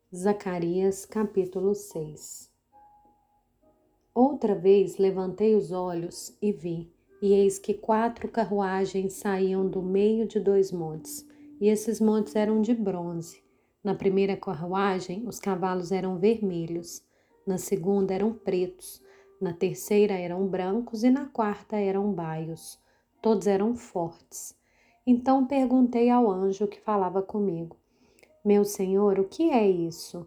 Zacarias capítulo 6. Outra vez levantei os olhos e vi, e eis que 4 carruagens saíam do meio de 2 montes, e esses montes eram de bronze. Na primeira carruagem os cavalos eram vermelhos, na segunda eram pretos, na terceira eram brancos e na quarta eram baios. Todos eram fortes. Então perguntei ao anjo que falava comigo: Meu senhor, o que é isso?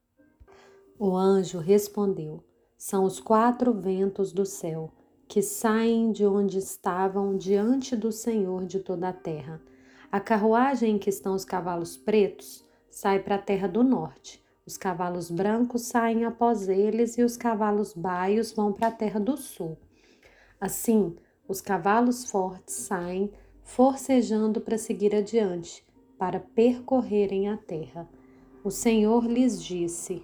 O anjo respondeu: São os 4 ventos do céu, que saem de onde estavam diante do Senhor de toda a terra. A carruagem em que estão os cavalos pretos sai para a terra do norte. Os cavalos brancos saem após eles e os cavalos baios vão para a terra do sul. Assim, os cavalos fortes saem forcejando para seguir adiante, para percorrerem a terra. O Senhor lhes disse: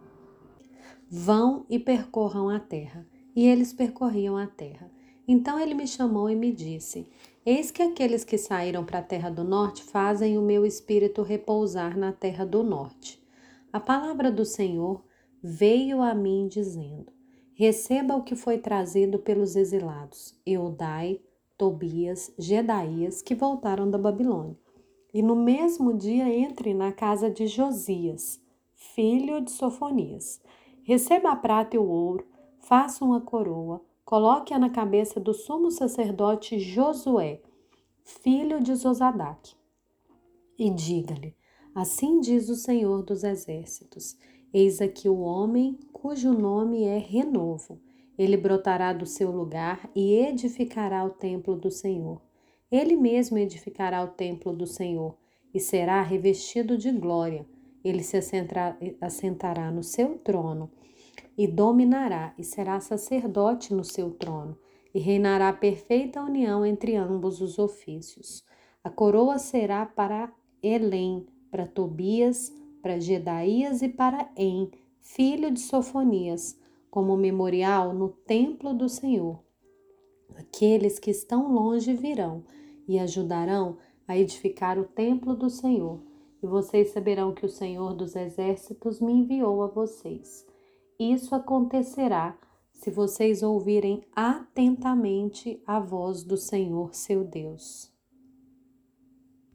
Vão e percorram a terra. E eles percorriam a terra. Então ele me chamou e me disse: Eis que aqueles que saíram para a terra do norte fazem o meu espírito repousar na terra do norte. A palavra do Senhor veio a mim dizendo: Receba o que foi trazido pelos exilados, Eudai, Tobias, Jedaías, que voltaram da Babilônia. E no mesmo dia entre na casa de Josias, filho de Sofonias. Receba a prata e o ouro, faça uma coroa, coloque-a na cabeça do sumo sacerdote Josué, filho de Zosadaque, e diga-lhe: Assim diz o Senhor dos Exércitos: Eis aqui o homem cujo nome é Renovo. Ele brotará do seu lugar e edificará o templo do Senhor. Ele mesmo edificará o templo do Senhor e será revestido de glória. Ele se assentará no seu trono e dominará e será sacerdote no seu trono e reinará perfeita união entre ambos os ofícios. A coroa será para Elém, para Tobias, para Jedaías e para En, filho de Sofonias, como memorial no templo do Senhor. Aqueles que estão longe virão e ajudarão a edificar o templo do Senhor, e vocês saberão que o Senhor dos Exércitos me enviou a vocês. Isso acontecerá se vocês ouvirem atentamente a voz do Senhor, seu Deus.